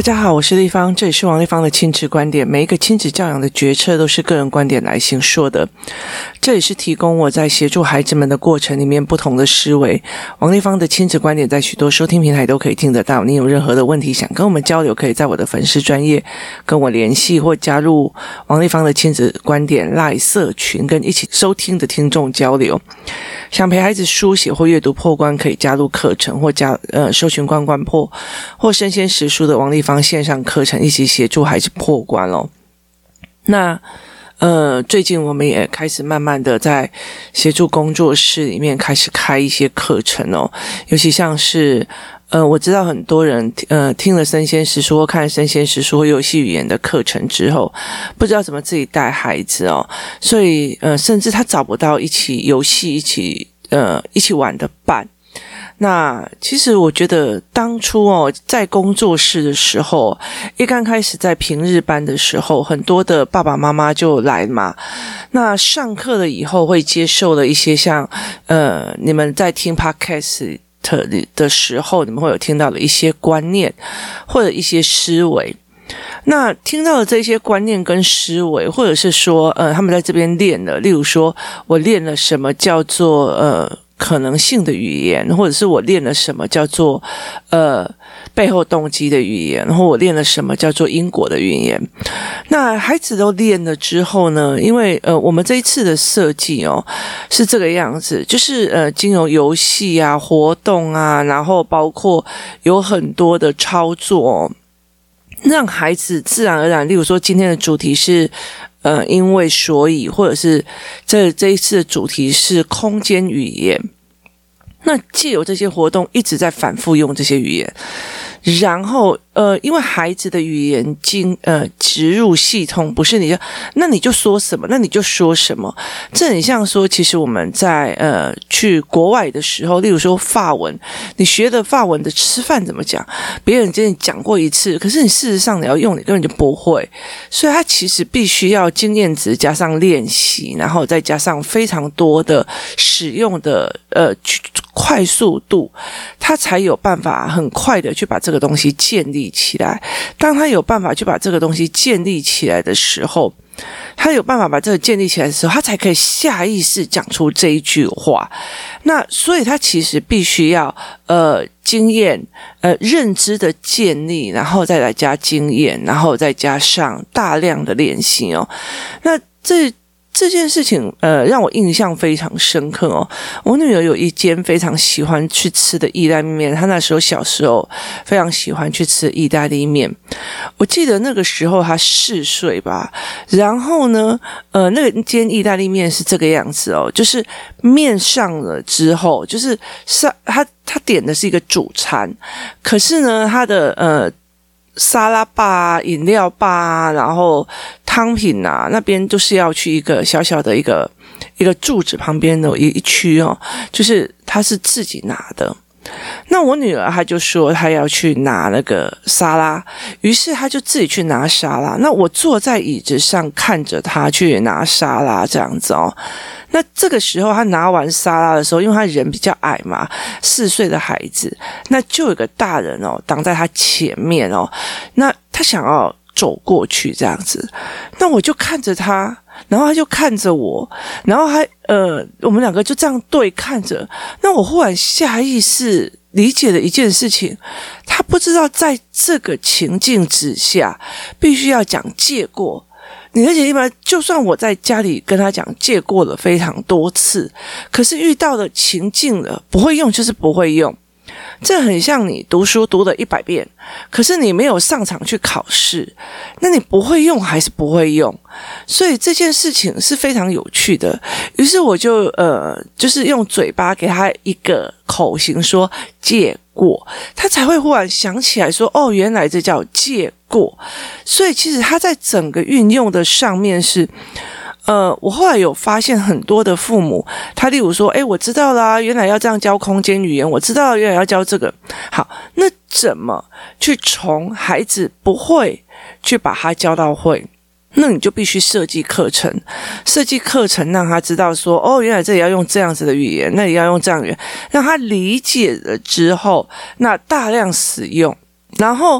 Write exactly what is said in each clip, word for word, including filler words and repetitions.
大家好，我是立方，这里是王立方的亲子观点。每一个亲子教养的决策都是个人观点来形说的，这也是提供我在协助孩子们的过程里面不同的思维。王立方的亲子观点在许多收听平台都可以听得到，你有任何的问题想跟我们交流，可以在我的粉丝专页跟我联系，或加入王立方的亲子观点 LINE 社群，跟一起收听的听众交流。想陪孩子书写或阅读破关，可以加入课程，或加呃搜寻关关破或身先识书的王立方线上课程，一起协助孩子破关咯。那呃，最近我们也开始慢慢的在协助工作室里面开始开一些课程哦，尤其像是呃，我知道很多人呃听了身先识书或看身先识书或游戏语言的课程之后，不知道怎么自己带孩子哦，所以呃，甚至他找不到一起游戏、一起呃一起玩的伴。那其实我觉得当初哦，在工作室的时候，一刚开始在平日班的时候，很多的爸爸妈妈就来嘛。那上课了以后，会接受了一些像呃，你们在听 podcast 的时候，你们会有听到的一些观念或者一些思维。那听到的这些观念跟思维，或者是说呃，他们在这边练了，例如说我练了什么叫做呃可能性的语言，或者是我练了什么叫做呃背后动机的语言，然后我练了什么叫做因果的语言。那孩子都练了之后呢，因为呃我们这一次的设计哦是这个样子，就是呃经由游戏啊、活动啊，然后包括有很多的操作哦，让孩子自然而然，例如说今天的主题是呃，因为所以，或者是这这一次的主题是空间语言，那藉由这些活动一直在反复用这些语言，然后呃，因为孩子的语言经呃植入系统不是你就那你就说什么，那你就说什么，这很像说，其实我们在呃去国外的时候，例如说法文，你学的法文的吃饭怎么讲，别人跟你讲过一次，可是你事实上你要用，你根本就不会，所以它其实必须要经验值加上练习，然后再加上非常多的使用的呃快速度，他才有办法很快的去把这个东西建立起来。当他有办法去把这个东西建立起来的时候，他有办法把这个建立起来的时候，他才可以下意识讲出这一句话。那所以他其实必须要呃经验呃认知的建立，然后再来加经验，然后再加上大量的练习哦。那这这件事情呃让我印象非常深刻哦。我女儿有一间非常喜欢去吃的意大利面，她那时候小时候非常喜欢去吃意大利面。我记得那个时候她四岁吧，然后呢呃那个间意大利面是这个样子哦，就是面上了之后，就是上她她点的是一个主餐，可是呢她的呃沙拉吧、饮料吧，然后汤品啊，那边都是要去一个小小的一个一个柱子旁边的一一区哦，就是他是自己拿的。那我女儿她就说她要去拿那个沙拉，于是她就自己去拿沙拉。那我坐在椅子上看着她去拿沙拉这样子哦。那这个时候她拿完沙拉的时候，因为她人比较矮嘛，四岁的孩子，那就有个大人哦挡在她前面哦，那她想要走过去这样子，那我就看着他，然后他就看着我，然后还呃，我们两个就这样对看着。那我忽然下意识理解了一件事情，他不知道在这个情境之下，必须要讲借过。你而且一般，就算我在家里跟他讲借过了非常多次，可是遇到的情境了不会用，就是不会用。这很像你读书读了一百遍，可是你没有上场去考试，那你不会用还是不会用？所以这件事情是非常有趣的。于是我就呃，就是用嘴巴给他一个口型说借过，他才会忽然想起来说，哦，原来这叫借过。所以其实他在整个运用的上面是。呃，我后来有发现很多的父母，他例如说，诶，我知道啦，原来要这样教空间语言，我知道原来要教这个。好，那怎么去从孩子不会去把他教到会？那你就必须设计课程，设计课程让他知道说，哦，原来这里要用这样子的语言，那里要用这样的语言，让他理解了之后，那大量使用，然后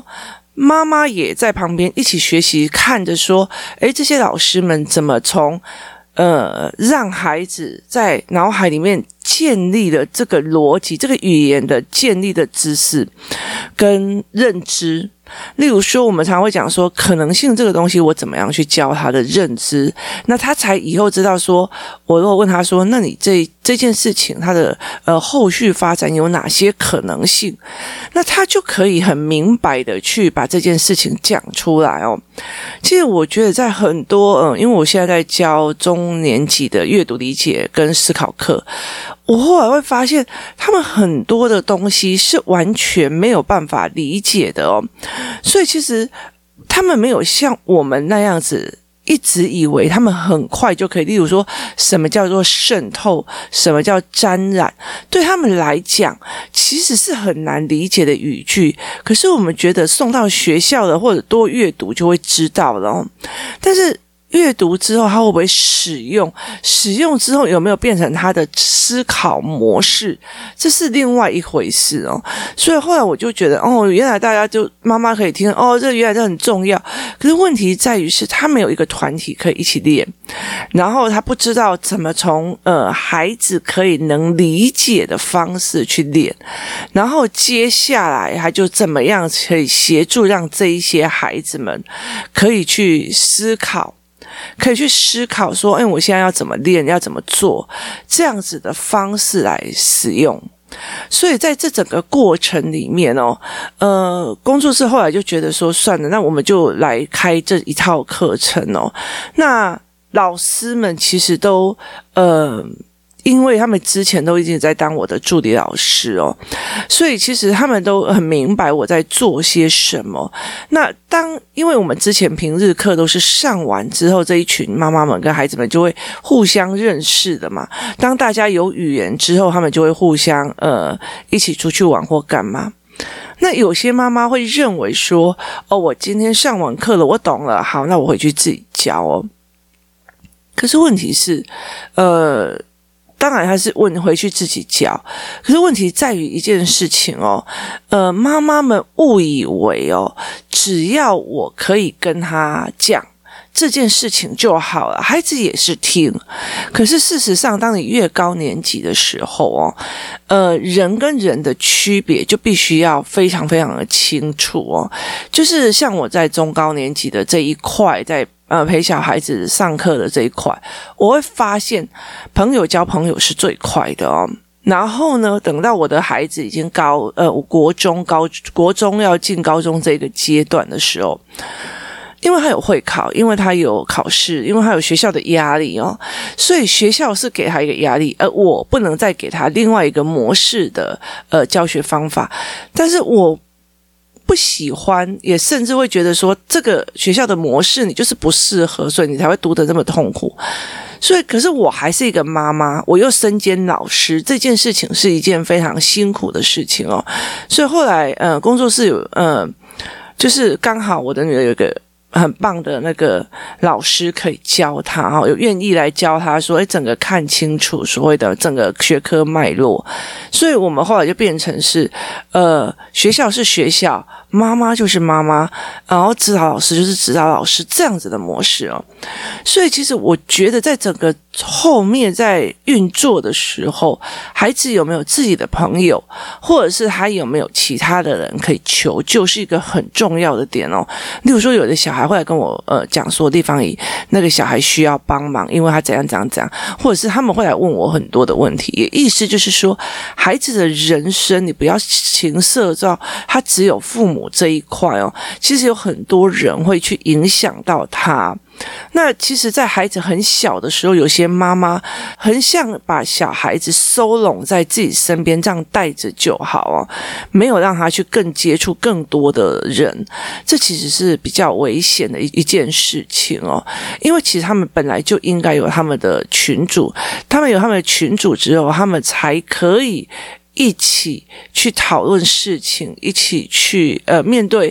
妈妈也在旁边一起学习，看着说，诶，这些老师们怎么从呃让孩子在脑海里面建立了这个逻辑，这个语言的建立的知识跟认知。例如说，我们常会讲说，可能性这个东西，我怎么样去教他的认知，那他才以后知道说，我如果问他说，那你这这件事情，它的呃后续发展有哪些可能性，那他就可以很明白的去把这件事情讲出来哦。其实我觉得在很多嗯、呃，因为我现在在教中年级的阅读理解跟思考课，我后来会发现，他们很多的东西是完全没有办法理解的哦。所以其实他们没有像我们那样子一直以为他们很快就可以，例如说什么叫做渗透，什么叫沾染，对他们来讲其实是很难理解的语句，可是我们觉得送到学校的或者多阅读就会知道了哦。但是阅读之后他会不会使用，使用之后有没有变成他的思考模式，这是另外一回事哦。所以后来我就觉得，哦，原来大家就妈妈可以听，哦，这原来这很重要。可是问题在于是他没有一个团体可以一起练，然后他不知道怎么从呃孩子可以能理解的方式去练，然后接下来他就怎么样可以协助让这一些孩子们可以去思考，可以去思考说，哎，我现在要怎么练，要怎么做，这样子的方式来使用。所以在这整个过程里面哦，呃，工作室后来就觉得说，算了，那我们就来开这一套课程哦。那老师们其实都呃。因为他们之前都已经在当我的助理老师哦，所以其实他们都很明白我在做些什么。那当因为我们之前平日课都是上完之后，这一群妈妈们跟孩子们就会互相认识的嘛。当大家有语言之后，他们就会互相呃一起出去玩或干嘛。那有些妈妈会认为说，哦，我今天上完课了，我懂了，好，那我回去自己教哦。可是问题是，呃。当然他是问回去自己教，可是问题在于一件事情哦，呃，妈妈们误以为哦，只要我可以跟他讲这件事情就好了，孩子也是听。可是事实上，当你越高年级的时候哦，呃，人跟人的区别就必须要非常非常的清楚哦。就是像我在中高年级的这一块，在呃，陪小孩子上课的这一块，我会发现朋友交朋友是最快的哦。然后呢，等到我的孩子已经高呃国中高国中要进高中这个阶段的时候，因为他有会考，因为他有考试，因为他有学校的压力哦，所以学校是给他一个压力，而我不能再给他另外一个模式的呃教学方法，但是我不喜欢，也甚至会觉得说这个学校的模式你就是不适合，所以你才会读得这么痛苦。所以可是我还是一个妈妈，我又身兼老师，这件事情是一件非常辛苦的事情哦。所以后来呃工作室有呃就是刚好我的女儿有一个很棒的那个老师可以教他哈，有愿意来教他说，哎，整个看清楚所谓的整个学科脉络。所以我们后来就变成是，呃，学校是学校，妈妈就是妈妈，然后指导老师就是指导老师这样子的模式哦。所以其实我觉得在整个后面在运作的时候，孩子有没有自己的朋友，或者是他有没有其他的人可以求救，是一个很重要的点哦。例如说，有的小孩会来跟我呃讲说，地方里那个小孩需要帮忙，因为他怎样怎样怎样，或者是他们会来问我很多的问题。也意思就是说，孩子的人生你不要情色到他只有父母这一块哦，其实有很多人会去影响到他。那其实在孩子很小的时候，有些妈妈很想把小孩子收拢在自己身边，这样带着就好哦，没有让他去更接触更多的人，这其实是比较危险的一一件事情哦。因为其实他们本来就应该有他们的群组，他们有他们的群组之后，他们才可以一起去讨论事情，一起去呃面对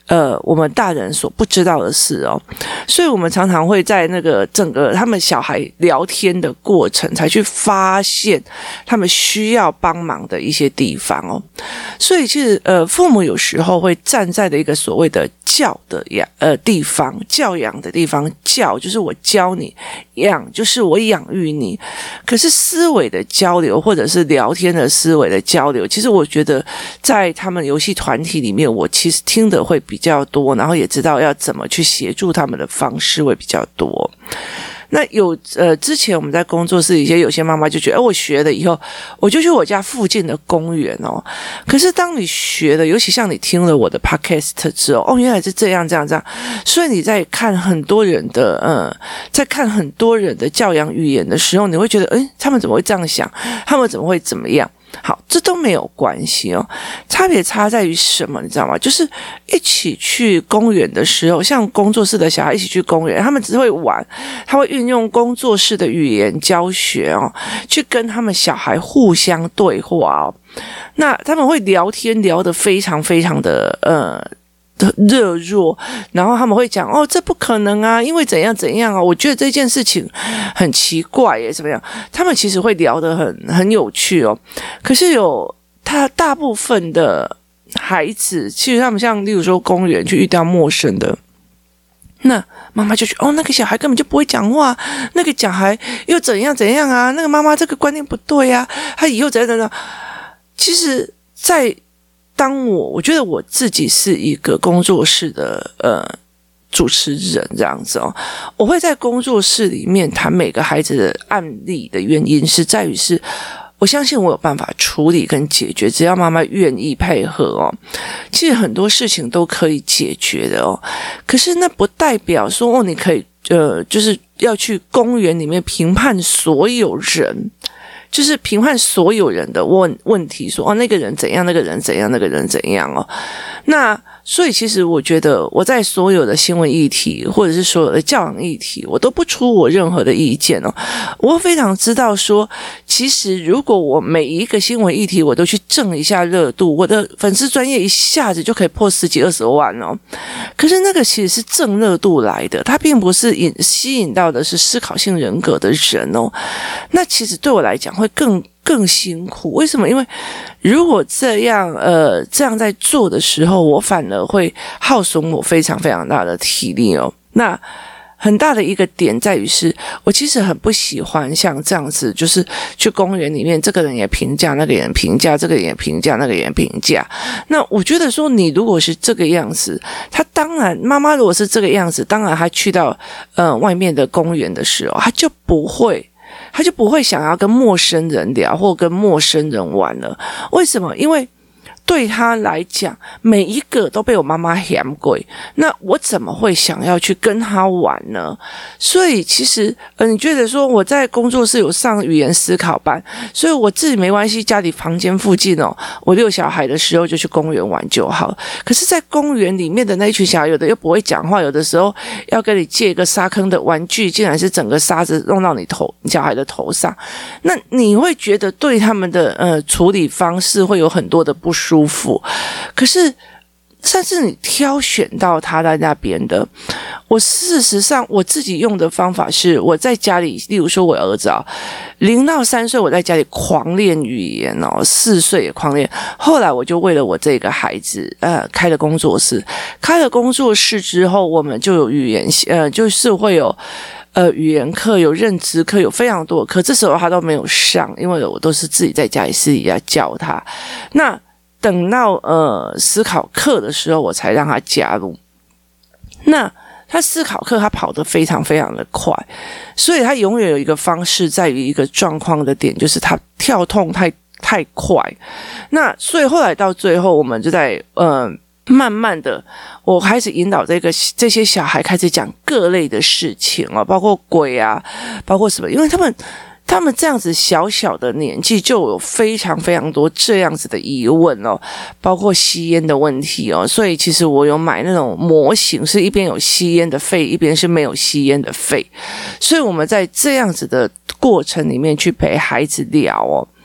呃我们大人所不知道的事哦，所以我们常常会在那个整个他们小孩聊天的过程才去发现他们需要帮忙的一些地方哦。所以其实呃父母有时候会站在的一个所谓的教的养呃地方，教养的地方，教就是我教你，养就是我养育你。可是思维的交流或者是聊天的思维的交流，其实我觉得在他们游戏团体里面，我其实听的会比较多，然后也知道要怎么去协助他们的方式会比较多。那有呃，之前我们在工作室，一些有些妈妈就觉得，哎，我学了以后，我就去我家附近的公园哦。可是当你学了，尤其像你听了我的 podcast 之后，哦，原来是这样这样这样，所以你在看很多人的呃，在看很多人的教养语言的时候，你会觉得，哎，他们怎么会这样想？他们怎么会怎么样？好，这都没有关系哦，差别差在于什么，你知道吗？就是一起去公园的时候，像工作室的小孩一起去公园，他们只会玩，他会运用工作室的语言教学哦，去跟他们小孩互相对话哦。那他们会聊天聊得非常非常的呃热络，然后他们会讲哦，这不可能啊，因为怎样怎样啊，我觉得这件事情很奇怪耶，怎么样？他们其实会聊得很很有趣哦。可是有他大部分的孩子，其实他们像例如说公园去遇到陌生的，那妈妈就觉得哦，那个小孩根本就不会讲话，那个小孩又怎样怎样啊，那个妈妈这个观念不对啊，他以后怎样怎样。其实，在当我我觉得我自己是一个工作室的呃主持人这样子哦，我会在工作室里面谈每个孩子的案例的原因是在于是我相信我有办法处理跟解决，只要妈妈愿意配合哦，其实很多事情都可以解决的哦。可是那不代表说哦，你可以呃就是要去公园里面评判所有人。就是评判所有人的问问题，说哦那个人怎样，那个人怎样，那个人怎样哦。那所以其实我觉得我在所有的新闻议题或者是所有的教养议题，我都不出我任何的意见哦。我非常知道说，其实如果我每一个新闻议题我都去挣一下热度，我的粉丝专页一下子就可以破十几二十万哦。可是那个其实是挣热度来的，它并不是引吸引到的是思考性人格的人哦。那其实对我来讲会更更辛苦，为什么？因为如果这样呃这样在做的时候，我反而会耗损我非常非常大的体力哦。那很大的一个点在于是，我其实很不喜欢像这样子，就是去公园里面，这个人也评价，那个人评价，这个人也评价，那个人也评价。那我觉得说，你如果是这个样子，他当然妈妈如果是这个样子，当然他去到呃外面的公园的时候，他就不会。他就不会想要跟陌生人聊或跟陌生人玩了。为什么？因为对他来讲，每一个都被我妈妈嫌过，那我怎么会想要去跟他玩呢？所以其实呃，你觉得说我在工作室有上语言思考班，所以我自己没关系，家里房间附近哦，我遛小孩的时候就去公园玩就好。可是在公园里面的那一群小孩，有的又不会讲话，有的时候要跟你借一个沙坑的玩具，竟然是整个沙子弄到你头小孩的头上，那你会觉得对他们的呃处理方式会有很多的不舒服。舒服，可是甚至你挑选到他在那边的，我事实上我自己用的方法是，我在家里，例如说我儿子啊，零到三岁我在家里狂练语言哦，四岁也狂练。后来我就为了我这个孩子，呃，开了工作室，开了工作室之后，我们就有语言，呃，就是会有。呃，语言课有认知课，有非常多的课，这时候他都没有上，因为我都是自己在家里私底下教他。那等到呃思考课的时候，我才让他加入。那他思考课他跑得非常非常的快，所以他永远有一个方式在于一个状况的点，就是他跳痛太太快。那所以后来到最后，我们就在呃。慢慢的，我开始引导这个这些小孩开始讲各类的事情哦，包括鬼啊，包括什么，因为他们他们这样子小小的年纪就有非常非常多这样子的疑问哦，包括吸烟的问题哦，所以其实我有买那种模型，是一边有吸烟的肺，一边是没有吸烟的肺，所以我们在这样子的过程里面去陪孩子聊哦。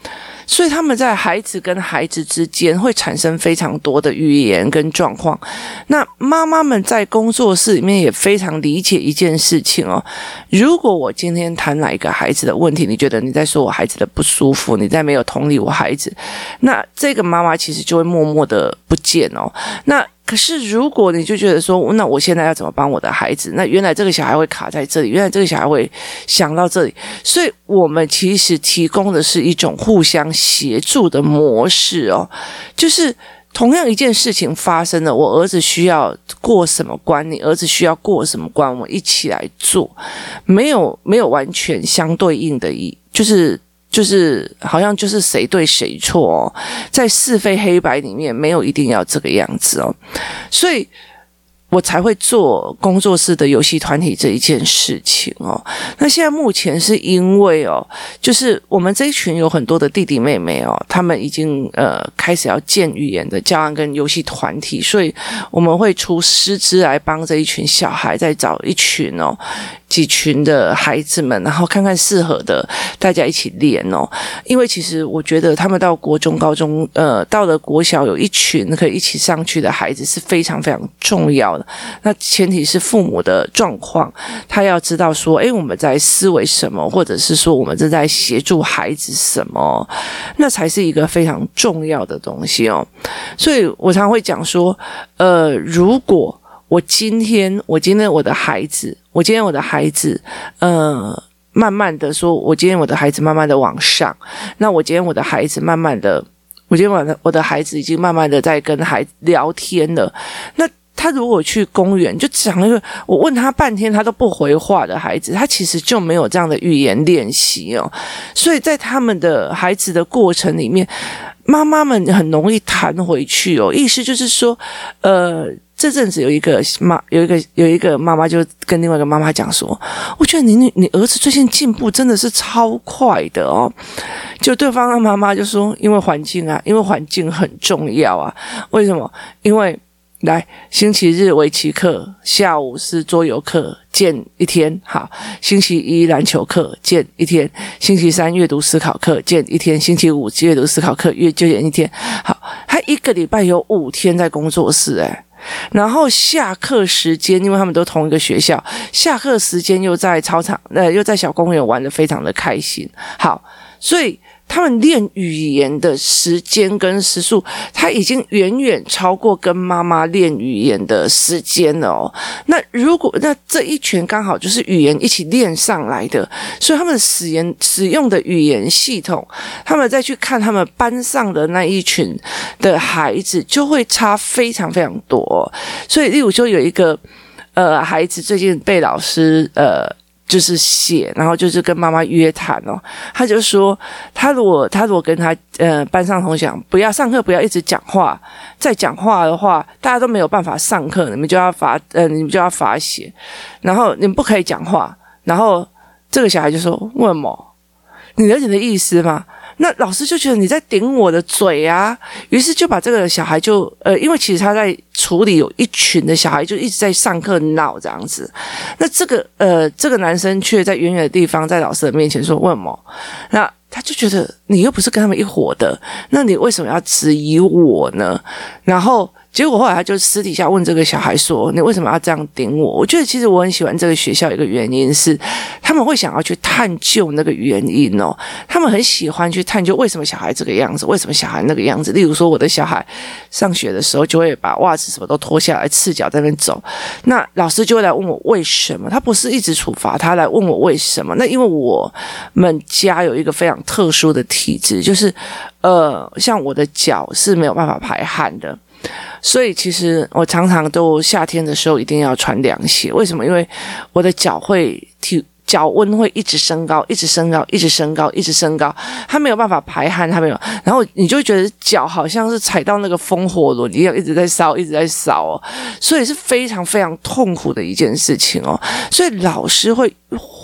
所以他们在孩子跟孩子之间会产生非常多的语言跟状况。那妈妈们在工作室里面也非常理解一件事情哦，如果我今天谈哪一个孩子的问题，你觉得你在说我孩子的不舒服，你在没有同理我孩子，那这个妈妈其实就会默默的不见哦。那可是如果你就觉得说，那我现在要怎么帮我的孩子？那原来这个小孩会卡在这里，原来这个小孩会想到这里，所以我们其实提供的是一种互相协助的模式哦，就是同样一件事情发生了，我儿子需要过什么关，你儿子需要过什么关，我们一起来做，没有没有完全相对应的一就是。就是好像就是谁对谁错哦，在是非黑白里面没有一定要这个样子哦，所以我才会做工作室的游戏团体这一件事情哦。那现在目前是因为哦，就是我们这一群有很多的弟弟妹妹哦，他们已经呃开始要建语言的教案跟游戏团体，所以我们会出师资来帮这一群小孩再找一群哦。几群的孩子们，然后看看适合的，大家一起练哦。因为其实我觉得他们到国中、高中，呃，到了国小有一群可以一起上去的孩子是非常非常重要的。那前提是父母的状况，他要知道说，诶，我们在思维什么，或者是说我们正在协助孩子什么，那才是一个非常重要的东西哦。所以我常会讲说，呃，如果我今天，我今天我的孩子，我今天我的孩子，呃，慢慢的说，我今天我的孩子慢慢的往上，那我今天我的孩子慢慢的，我今天我的我的孩子已经慢慢的在跟孩子聊天了，那他如果去公园就讲一个，我问他半天他都不回话的孩子，他其实就没有这样的语言练习哦，所以在他们的孩子的过程里面，妈妈们很容易弹回去哦，意思就是说，呃。这阵子有一个妈，有一个有一个妈妈就跟另外一个妈妈讲说，我觉得你你你儿子最近进步真的是超快的哦。就对方的妈妈就说，因为环境啊，因为环境很重要啊。为什么？因为来星期日围棋课，下午是桌游课，见一天好；星期一篮球课见一天，星期三阅读思考课见一天，星期五阅读思考课约就见一天。好，他一个礼拜有五天在工作室诶。然后下课时间，因为他们都同一个学校，下课时间又在操场，呃，又在小公园玩得非常的开心。好，所以他们练语言的时间跟时数，他已经远远超过跟妈妈练语言的时间了哦。那如果那这一群刚好就是语言一起练上来的，所以他们使言使用的语言系统，他们再去看他们班上的那一群的孩子，就会差非常非常多哦。所以，例如说有一个呃孩子最近被老师呃。就是写，然后就是跟妈妈约谈哦。他就说，他如果他如果跟他呃班上同学讲，不要上课，不要一直讲话，再讲话的话，大家都没有办法上课，你们就要罚呃你们就要罚写，然后你们不可以讲话。然后这个小孩就说：“为什么？你了解的意思吗？”那老师就觉得你在顶我的嘴啊，于是就把这个小孩就呃，因为其实他在处理有一群的小孩就一直在上课闹这样子，那这个呃这个男生却在远远的地方在老师的面前说为什么？那他就觉得你又不是跟他们一伙的，那你为什么要质疑我呢？然后结果后来他就私底下问这个小孩说，你为什么要这样顶我？我觉得其实我很喜欢这个学校一个原因是他们会想要去探究那个原因哦，他们很喜欢去探究为什么小孩这个样子，为什么小孩那个样子。例如说我的小孩上学的时候就会把袜子什么都脱下来，赤脚在那边走，那老师就会来问我为什么，他不是一直处罚他，来问我为什么。那因为我们家有一个非常特殊的体质，就是呃，像我的脚是没有办法排汗的，所以其实我常常都夏天的时候一定要穿凉鞋。为什么？因为我的脚会体脚温会一直升高，一直升高，一直升高，一直升高，它没有办法排汗，它没有，然后你就会觉得脚好像是踩到那个风火轮一样，一直在烧，一直在烧哦，所以是非常非常痛苦的一件事情哦。所以老师会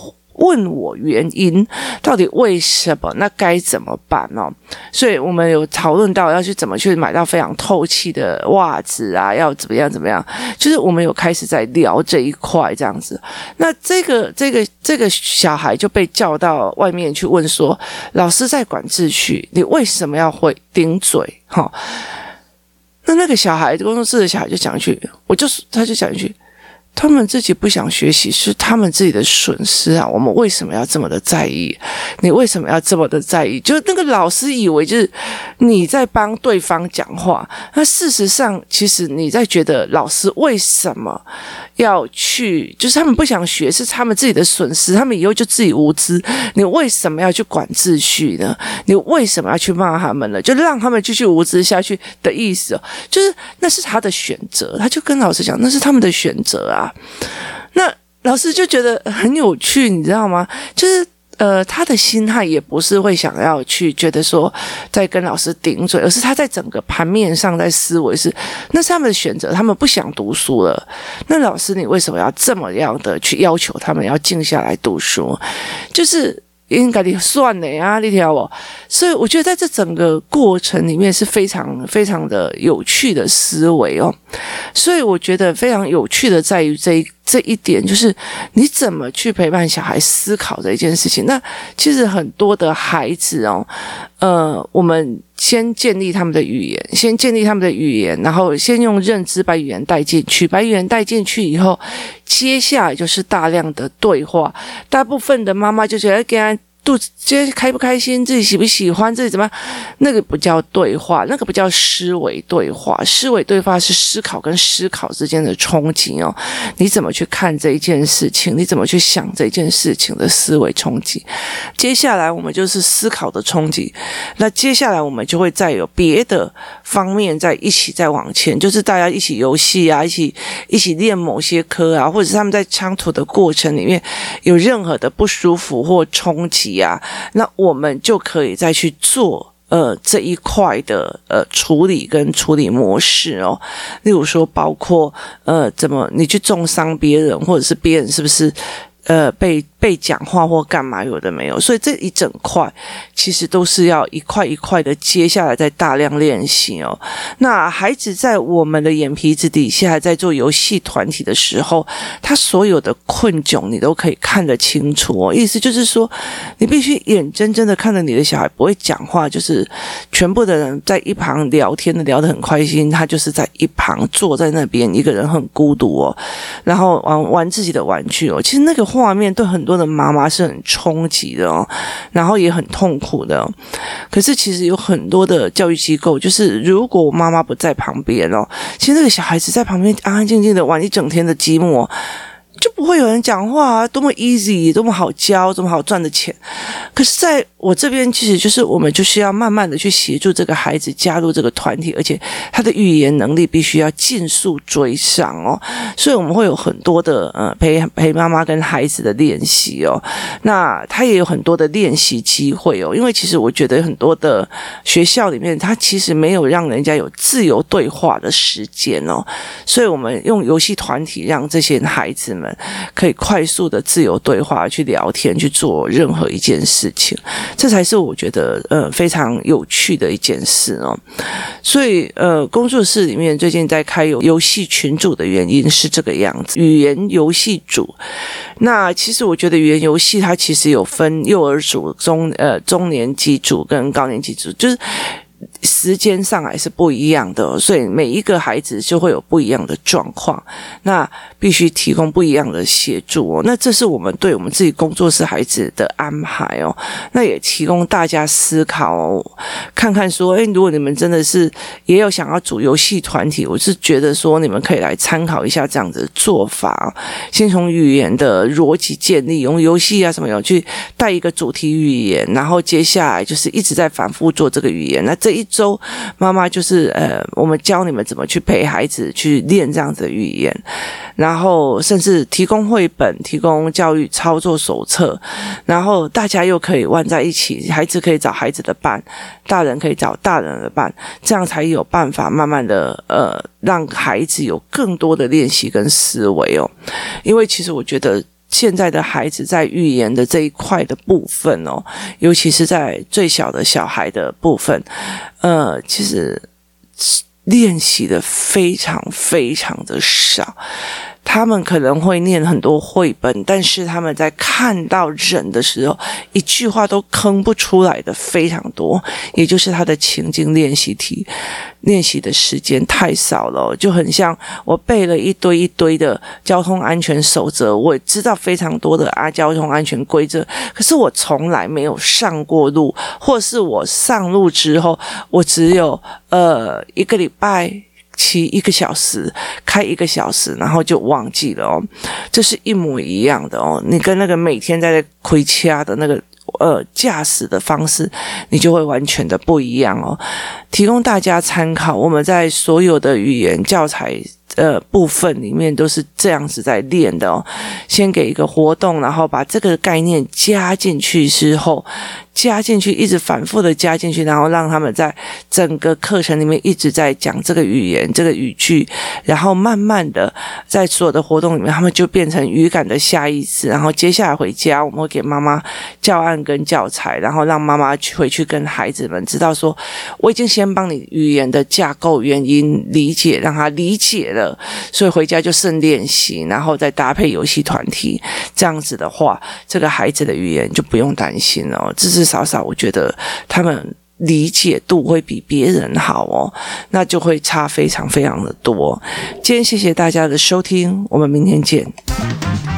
问我原因，到底为什么？那该怎么办哦？所以我们有讨论到要去怎么去买到非常透气的袜子啊，要怎么样怎么样，就是我们有开始在聊这一块这样子。那这个这个这个小孩就被叫到外面去问说，老师在管秩序，你为什么要会顶嘴？哈，那那个小孩工作室的小孩就讲一句，我就他就讲一句，他们自己不想学习是他们自己的损失啊，我们为什么要这么的在意？你为什么要这么的在意？就那个老师以为就是你在帮对方讲话，那事实上其实你在觉得老师为什么要去，就是他们不想学是他们自己的损失，他们以后就自己无知，你为什么要去管秩序呢？你为什么要去骂他们呢？就让他们继续无知下去的意思哦，就是那是他的选择，他就跟老师讲那是他们的选择啊。那老师就觉得很有趣，你知道吗？就是呃，他的心态也不是会想要去觉得说在跟老师顶嘴，而是他在整个盘面上在思维是那是他们的选择，他们不想读书了。那老师你为什么要这么样的去要求他们要静下来读书？就是应该你算了啊，你听我。所以我觉得在这整个过程里面是非常非常的有趣的思维哦。所以我觉得非常有趣的在于这一这一点，就是你怎么去陪伴小孩思考这一件事情。那其实很多的孩子哦，呃，我们先建立他们的语言，先建立他们的语言，然后先用认知把语言带进去，把语言带进去以后，接下来就是大量的对话。大部分的妈妈就觉得给他肚子今天开不开心，自己喜不喜欢，自己怎么样，那个不叫对话，那个不叫思维对话。思维对话是思考跟思考之间的冲击哦，你怎么去看这一件事情，你怎么去想这件事情的思维冲击。接下来我们就是思考的冲击，那接下来我们就会再有别的方面再一起再往前，就是大家一起游戏啊，一起一起练某些科啊，或者是他们在相处的过程里面有任何的不舒服或冲击啊，那我们就可以再去做呃这一块的呃处理跟处理模式哦。例如说包括呃怎么你去重伤别人，或者是别人是不是呃被被讲话或干嘛有的没有，所以这一整块其实都是要一块一块的接下来再大量练习哦。那孩子在我们的眼皮子底下在做游戏团体的时候，他所有的困窘你都可以看得清楚哦。意思就是说你必须眼睁睁的看着你的小孩不会讲话，就是全部的人在一旁聊天的聊得很开心，他就是在一旁坐在那边一个人很孤独哦，然后玩玩自己的玩具哦。其实那个画面对很多的妈妈是很冲击的哦，然后也很痛苦的哦。可是其实有很多的教育机构，就是如果妈妈不在旁边哦，其实那个小孩子在旁边安安静静的玩一整天的积木，就不会有人讲话啊，多么 easy， 多么好教，多么好赚的钱。可是在我这边其实就是我们就需要慢慢的去协助这个孩子加入这个团体，而且他的语言能力必须要尽速追上哦。所以我们会有很多的呃陪陪妈妈跟孩子的练习哦。那他也有很多的练习机会哦，因为其实我觉得很多的学校里面他其实没有让人家有自由对话的时间哦，所以我们用游戏团体让这些孩子们可以快速的自由对话，去聊天，去做任何一件事情，这才是我觉得呃非常有趣的一件事哦。所以呃工作室里面最近在开有游戏群组的原因是这个样子，语言游戏组。那其实我觉得语言游戏它其实有分幼儿组、中呃中年级组跟高年级组，就是时间上还是不一样的哦，所以每一个孩子就会有不一样的状况，那必须提供不一样的协助哦。那这是我们对我们自己工作室孩子的安排哦。那也提供大家思考哦，看看说，诶，如果你们真的是也有想要组游戏团体，我是觉得说你们可以来参考一下这样子的做法哦。先从语言的逻辑建立，用游戏啊什么有去带一个主题语言，然后接下来就是一直在反复做这个语言。那这一周妈妈就是呃，我们教你们怎么去陪孩子去练这样子的语言，然后甚至提供绘本，提供教育操作手册，然后大家又可以玩在一起，孩子可以找孩子的伴，大人可以找大人的伴，这样才有办法慢慢的呃让孩子有更多的练习跟思维哦。因为其实我觉得现在的孩子在语言的这一块的部分哦，尤其是在最小的小孩的部分，呃，其实练习的非常非常的少。他们可能会念很多绘本，但是他们在看到人的时候，一句话都吭不出来的非常多，也就是他的情境练习题练习的时间太少了，就很像我背了一堆一堆的交通安全守则，我也知道非常多的啊交通安全规则，可是我从来没有上过路，或是我上路之后，我只有呃一个礼拜骑一个小时，开一个小时，然后就忘记了哦。这是一模一样的哦。你跟那个每天在开车的那个呃驾驶的方式，你就会完全的不一样哦。提供大家参考，我们在所有的语言教材呃部分里面都是这样子在练的哦。先给一个活动，然后把这个概念加进去之后，加进去，一直反复的加进去，然后让他们在整个课程里面一直在讲这个语言、这个语句，然后慢慢的在所有的活动里面，他们就变成语感的下意识。然后接下来回家，我们会给妈妈教案跟教材，然后让妈妈去回去跟孩子们知道说，我已经先帮你语言的架构、原因理解，让他理解了，所以回家就剩练习，然后再搭配游戏团体，这样子的话，这个孩子的语言就不用担心了。这是少少我觉得他们理解度会比别人好哦，那就会差非常非常的多。今天谢谢大家的收听，我们明天见。